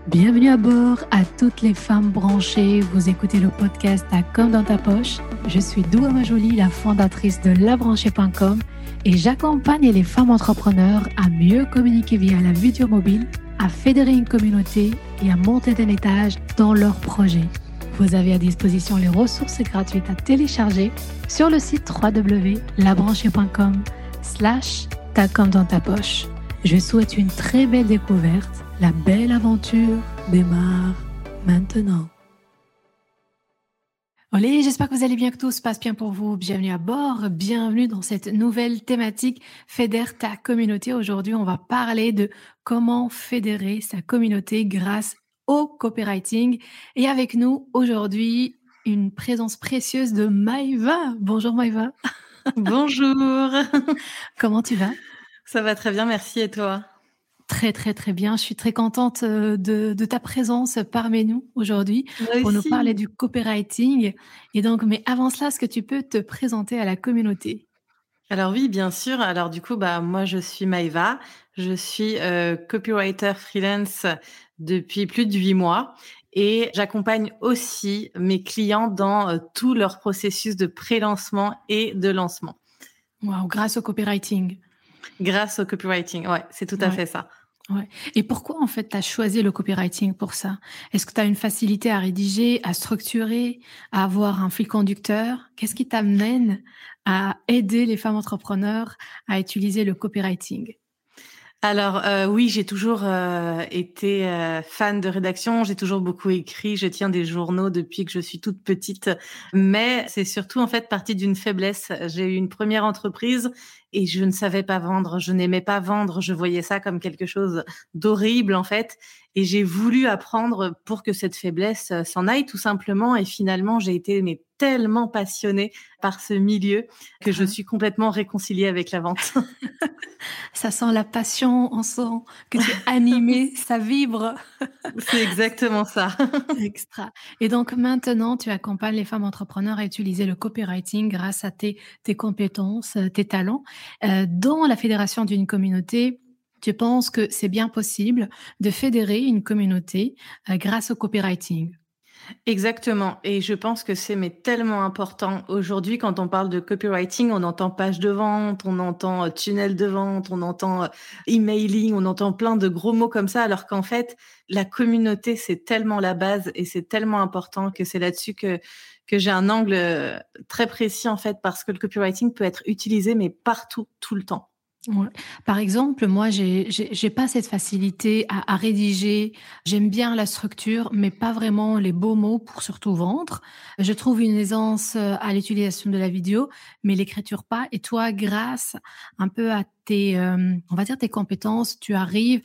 Bienvenue à bord à toutes les femmes branchées. Vous écoutez le podcast à Comme dans ta poche. Je suis Doua Majouli, la fondatrice de labranchée.com et j'accompagne les femmes entrepreneurs à mieux communiquer via la vidéo mobile, à fédérer une communauté et à monter d'un étage dans leurs projets. Vous avez à disposition les ressources gratuites à télécharger sur le site www.labranchée.com/ta comme dans ta poche. Je souhaite une très belle découverte. La belle aventure démarre maintenant. Olé, j'espère que vous allez bien, que tout se passe bien pour vous. Bienvenue à bord, bienvenue dans cette nouvelle thématique Fédère ta communauté. Aujourd'hui, on va parler de comment fédérer sa communauté grâce au copywriting. Et avec nous, aujourd'hui, une présence précieuse de Maïva. Bonjour Maïva. Bonjour. Comment tu vas ? Ça va très bien, merci. Et toi ? Très, très, très bien. Je suis très contente de ta présence parmi nous aujourd'hui Moi pour nous parler aussi. du copywriting. Et donc, mais avant cela, est-ce que tu peux te présenter à la communauté ? Alors oui, bien sûr. Alors du coup, moi je suis Maïva. Je suis copywriter freelance depuis plus de 8 mois et j'accompagne aussi mes clients dans tout leur processus de pré-lancement et de lancement. Waouh, grâce au copywriting. Grâce au copywriting, ouais, c'est tout à Ouais, fait ça. ouais. Et pourquoi, en fait, tu as choisi le copywriting pour ça ? Est-ce que tu as une facilité à rédiger, à structurer, à avoir un fil conducteur ? Qu'est-ce qui t'amène à aider les femmes entrepreneurs à utiliser le copywriting ? Alors oui, j'ai toujours été fan de rédaction, j'ai toujours beaucoup écrit, je tiens des journaux depuis que je suis toute petite, mais c'est surtout en fait parti d'une faiblesse. J'ai eu une première entreprise et je ne savais pas vendre, je n'aimais pas vendre, je voyais ça comme quelque chose d'horrible en fait et j'ai voulu apprendre pour que cette faiblesse s'en aille tout simplement et finalement j'ai été tellement passionnée par ce milieu que je suis complètement réconciliée avec la vente. Ça sent la passion, on sent que tu es animée, ça vibre. C'est exactement ça. Extra. Et donc maintenant, tu accompagnes les femmes entrepreneurs à utiliser le copywriting grâce à tes compétences, tes talents. Dans la fédération d'une communauté, tu penses que c'est bien possible de fédérer une communauté grâce au copywriting? Exactement. Et je pense que c'est tellement important. Aujourd'hui, quand on parle de copywriting, on entend page de vente, on entend tunnel de vente, on entend emailing, on entend plein de gros mots comme ça, alors qu'en fait, la communauté, c'est tellement la base et c'est tellement important que c'est là-dessus que j'ai un angle très précis, en fait, parce que le copywriting peut être utilisé, mais partout, tout le temps. Ouais. Par exemple, moi, j'ai pas cette facilité à rédiger. J'aime bien la structure, mais pas vraiment les beaux mots pour surtout vendre. Je trouve une aisance à l'utilisation de la vidéo, mais l'écriture pas. Et toi, grâce un peu à on va dire tes compétences, tu arrives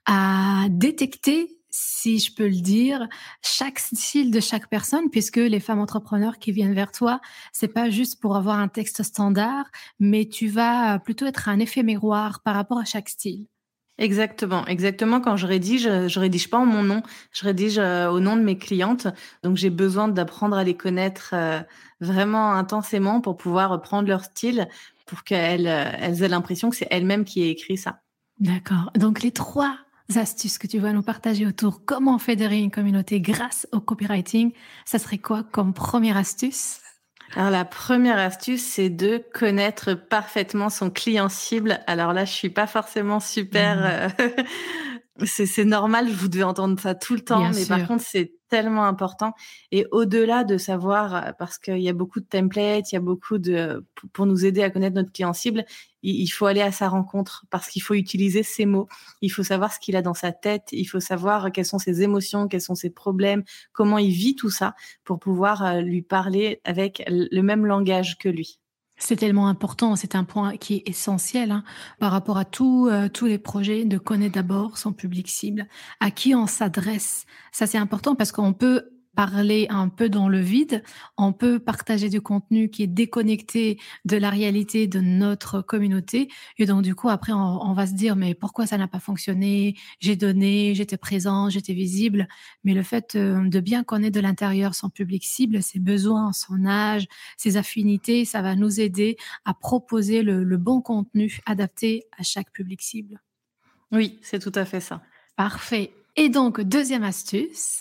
à détecter, si je peux le dire, chaque style de chaque personne, puisque les femmes entrepreneurs qui viennent vers toi, c'est pas juste pour avoir un texte standard, mais tu vas plutôt être un effet miroir par rapport à chaque style. Exactement, exactement. Quand je rédige pas en mon nom, je rédige au nom de mes clientes. Donc j'ai besoin d'apprendre à les connaître vraiment intensément pour pouvoir prendre leur style, pour elles aient l'impression que c'est elles-mêmes qui aient écrit ça. D'accord. Donc les 3 astuces que tu vas nous partager autour comment fédérer une communauté grâce au copywriting, ça serait quoi comme première astuce? Alors la première astuce, c'est de connaître parfaitement son client cible. Alors là, je suis pas forcément Mmh. super. C'est normal, vous devez entendre ça tout le temps, Bien mais par sûr. contre, c'est tellement important. Et au-delà de savoir, parce qu'il y a beaucoup de templates, il y a beaucoup pour nous aider à connaître notre client cible, il faut aller à sa rencontre parce qu'il faut utiliser ses mots. Il faut savoir ce qu'il a dans sa tête. Il faut savoir quelles sont ses émotions, quels sont ses problèmes, comment il vit tout ça pour pouvoir lui parler avec le même langage que lui. C'est tellement important, c'est un point qui est essentiel, hein, par rapport à tous les projets, de connaître d'abord son public cible, à qui on s'adresse. Ça, c'est important parce qu'on peut parler un peu dans le vide, on peut partager du contenu qui est déconnecté de la réalité de notre communauté et donc du coup après on va se dire: «Mais pourquoi ça n'a pas fonctionné? J'ai donné, j'étais présent, j'étais visible». Mais le fait, de bien connaître de l'intérieur son public cible, ses besoins, son âge, ses affinités, ça va nous aider à proposer le bon contenu adapté à chaque public cible. Oui, c'est tout à fait ça. Parfait. Et donc, deuxième astuce.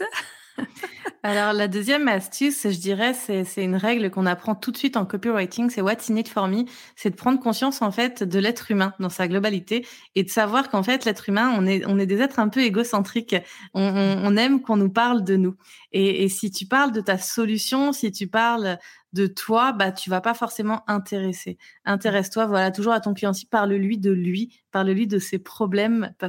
Alors la deuxième astuce, je dirais, c'est une règle qu'on apprend tout de suite en copywriting, c'est what's in it for me, c'est de prendre conscience en fait de l'être humain dans sa globalité et de savoir qu'en fait l'être humain, on est des êtres un peu égocentriques. On aime qu'on nous parle de nous. Et si tu parles de ta solution, si tu parles de toi, bah tu vas pas forcément intéresser. Intéresse-toi, voilà, toujours à ton client. Si parle-lui de lui, parle-lui de ses problèmes. Bah,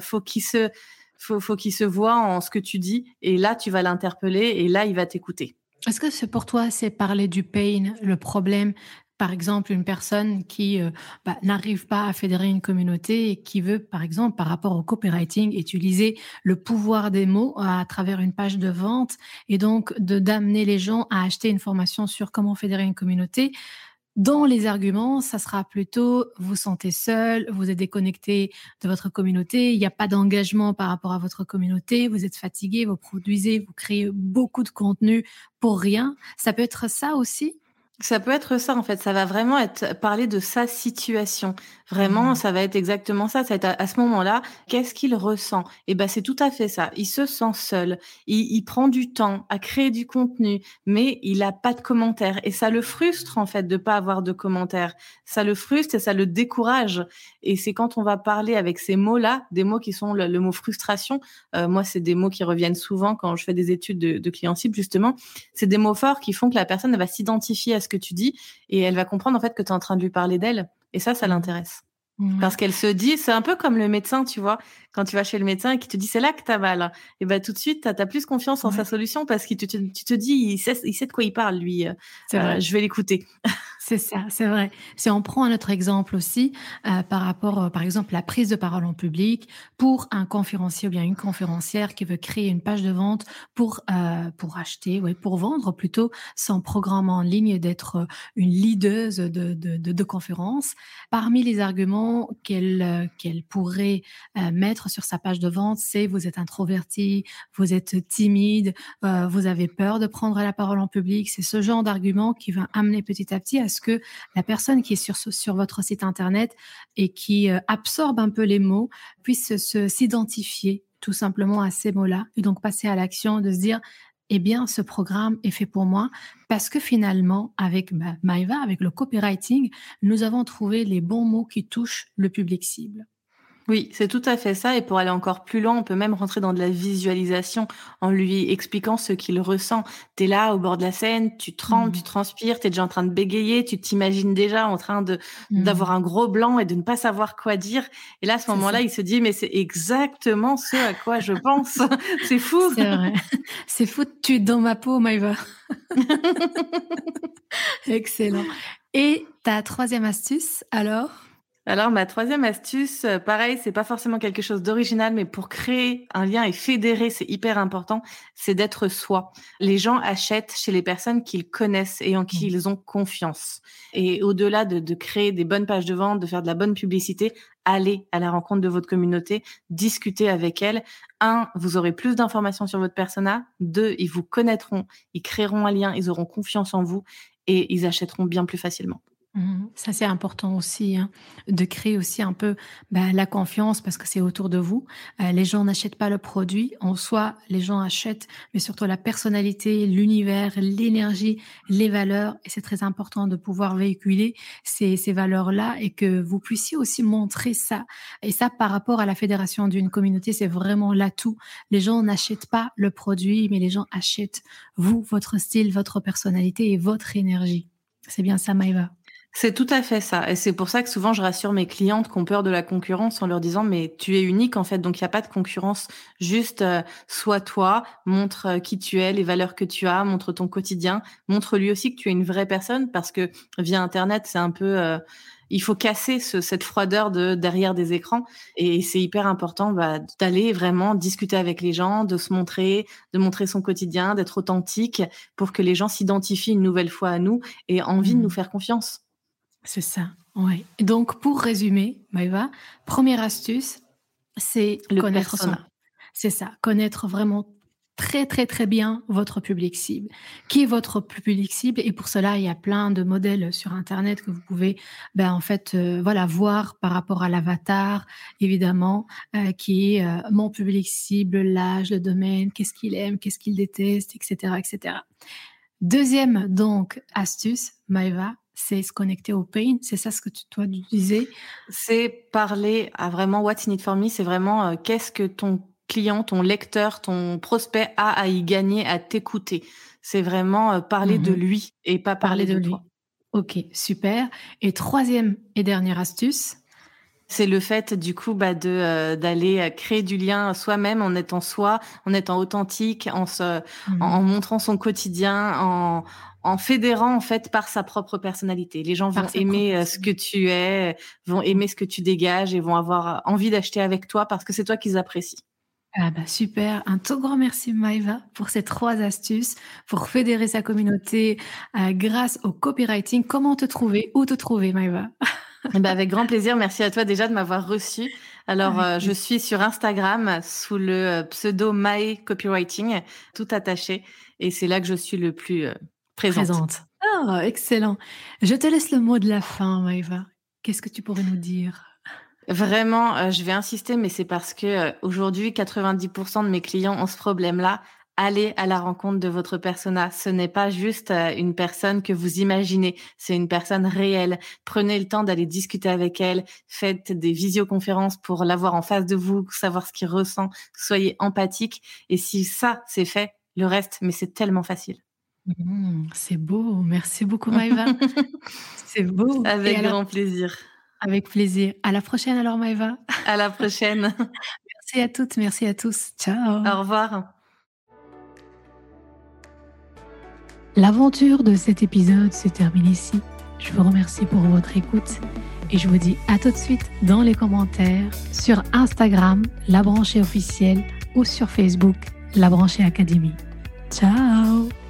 faut qu'il se voit en ce que tu dis et là, tu vas l'interpeller et là, il va t'écouter. Est-ce que c'est pour toi, c'est parler du pain, le problème? Par exemple, une personne qui, n'arrive pas à fédérer une communauté et qui veut, par exemple, par rapport au copywriting, utiliser le pouvoir des mots à travers une page de vente et donc d'amener les gens à acheter une formation sur comment fédérer une communauté. Dans les arguments, ça sera plutôt vous sentez seul, vous êtes déconnecté de votre communauté, il n'y a pas d'engagement par rapport à votre communauté, vous êtes fatigué, vous produisez, vous créez beaucoup de contenu pour rien. Ça peut être ça aussi? Ça peut être ça, en fait. Ça va vraiment être parler de sa situation. Vraiment, Mmh. ça va être exactement ça. Ça va être à ce moment-là, qu'est-ce qu'il ressent? Et ben, c'est tout à fait ça. Il se sent seul. Il prend du temps à créer du contenu, mais il a pas de commentaires. Et ça le frustre, en fait, de pas avoir de commentaires. Ça le frustre et ça le décourage. Et c'est quand on va parler avec ces mots-là, des mots qui sont le mot frustration. Moi, c'est des mots qui reviennent souvent quand je fais des études de client cible, justement. C'est des mots forts qui font que la personne elle va s'identifier à ce que tu dis et elle va comprendre en fait que tu es en train de lui parler d'elle et ça Mmh. l'intéresse. Parce Ouais. qu'elle se dit, c'est un peu comme le médecin, tu vois, quand tu vas chez le médecin et qu'il te dit c'est là que t'as mal, et ben tout de suite t'as plus confiance en sa Ouais, solution parce que tu te dis il sait de quoi il parle lui, c'est vrai. je vais l'écouter. C'est ça, c'est vrai. Si on prend un autre exemple aussi, par rapport, par exemple, la prise de parole en public pour un conférencier ou bien une conférencière qui veut créer une page de vente pour acheter, ouais, pour vendre plutôt son programme en ligne et d'être, une leaduse de conférences. Parmi les arguments qu'elle pourrait, mettre sur sa page de vente, c'est: vous êtes introverti, vous êtes timide, vous avez peur de prendre la parole en public. C'est ce genre d'argument qui va amener petit à petit à ce que la personne qui est sur votre site internet et qui absorbe un peu les mots puisse s'identifier tout simplement à ces mots-là et donc passer à l'action de se dire eh bien, ce programme est fait pour moi parce que finalement, avec Maëva, avec le copywriting, nous avons trouvé les bons mots qui touchent le public cible. Oui, c'est tout à fait ça. Et pour aller encore plus loin, on peut même rentrer dans de la visualisation en lui expliquant ce qu'il ressent. T'es là au bord de la scène, tu trembles, tu Mhm. transpires, t'es déjà en train de bégayer, tu t'imagines déjà en train d'avoir Mhm. un gros blanc et de ne pas savoir quoi dire. Et là, à ce C'est ça. moment-là, il se dit, mais c'est exactement ce à quoi je pense. C'est fou. C'est vrai. C'est fou, tu es dans ma peau, Maëva. Excellent. Et ta troisième astuce, alors? Alors, ma troisième astuce, pareil, c'est pas forcément quelque chose d'original, mais pour créer un lien et fédérer, c'est hyper important, c'est d'être soi. Les gens achètent chez les personnes qu'ils connaissent et en qui Mmh. ils ont confiance. Et au-delà de créer des bonnes pages de vente, de faire de la bonne publicité, allez à la rencontre de votre communauté, discutez avec elle. Un, vous aurez plus d'informations sur votre persona. Deux, ils vous connaîtront, ils créeront un lien, ils auront confiance en vous et ils achèteront bien plus facilement. Mmh. Ça, c'est important aussi, hein, de créer aussi un peu, la confiance parce que c'est autour de vous. Les gens n'achètent pas le produit en soi, les gens achètent, mais surtout la personnalité, l'univers, l'énergie, les valeurs et c'est très important de pouvoir véhiculer ces valeurs-là et que vous puissiez aussi montrer ça et ça, par rapport à la fédération d'une communauté, c'est vraiment l'atout. Les gens n'achètent pas le produit, mais les gens achètent vous, votre style, votre personnalité et votre énergie. C'est bien ça, Maëva? C'est tout à fait ça et c'est pour ça que souvent je rassure mes clientes qui ont peur de la concurrence en leur disant: «Mais tu es unique en fait, donc il y a pas de concurrence. Juste, sois toi, montre, qui tu es, les valeurs que tu as, montre ton quotidien, montre lui aussi que tu es une vraie personne» parce que via internet, c'est un peu, il faut casser cette froideur de derrière des écrans et c'est hyper important, d'aller vraiment discuter avec les gens, de se montrer, de montrer son quotidien, d'être authentique pour que les gens s'identifient une nouvelle fois à nous et aient envie de nous Mmh. faire confiance. C'est ça, ouais. Donc pour résumer, Maëva, première astuce, c'est Le connaître son persona. c'est ça, connaître vraiment très, très, très bien votre public cible. Qui est votre public cible? Et pour cela, il y a plein de modèles sur internet que vous pouvez, en fait, voilà, voir par rapport à l'avatar, évidemment, qui est, mon public cible, l'âge, le domaine, qu'est-ce qu'il aime, qu'est-ce qu'il déteste, et cetera, et cetera. 2e donc astuce, Maëva, c'est se connecter au pain. C'est ça ce que toi, tu disais? C'est parler à vraiment what's in it for me, c'est vraiment, qu'est-ce que ton client, ton lecteur, ton prospect a à y gagner à t'écouter. C'est vraiment, parler de Mmh. lui et pas Parler parler de de lui. toi. OK, super. Et 3e et dernière astuce? C'est le fait du coup, d'aller, créer du lien soi-même en étant soi, en étant authentique, en Mmh. montrant son quotidien, en fédérant en fait par sa propre personnalité. Les gens vont Par sa propre aimer, ce que personnalité. tu es, vont aimer ce que tu dégages et vont avoir envie d'acheter avec toi parce que c'est toi qu'ils apprécient. Ah bah super, un tout grand merci Maëva pour ces 3 astuces pour fédérer sa communauté, grâce au copywriting. Comment te trouver? Où te trouver Maëva? Eh ben, avec grand plaisir. Merci à toi déjà de m'avoir reçue. Alors, Avec je plaisir. suis sur Instagram sous le pseudo Mae Copywriting, tout attaché et c'est là que je suis le plus, présente. Présente. Ah excellent. Je te laisse le mot de la fin Maëva. Qu'est-ce que tu pourrais nous dire? Vraiment, je vais insister, mais c'est parce que, aujourd'hui 90 de mes clients ont ce problème-là. Allez à la rencontre de votre persona. Ce n'est pas juste, une personne que vous imaginez, c'est une personne réelle. Prenez le temps d'aller discuter avec elle, faites des visioconférences pour l'avoir en face de vous, savoir ce qu'il ressent, soyez empathique et si ça, c'est fait, le reste, mais c'est tellement facile. C'est beau. Merci beaucoup Maëva. C'est beau et Avec grand plaisir. avec plaisir. À la prochaine alors Maëva. À la prochaine. Merci à toutes, merci à tous. Ciao. Au revoir. L'aventure de cet épisode se termine ici. Je vous remercie pour votre écoute et je vous dis à tout de suite dans les commentaires sur Instagram, La Branchée officielle ou sur Facebook, La Branchée Académie. Ciao!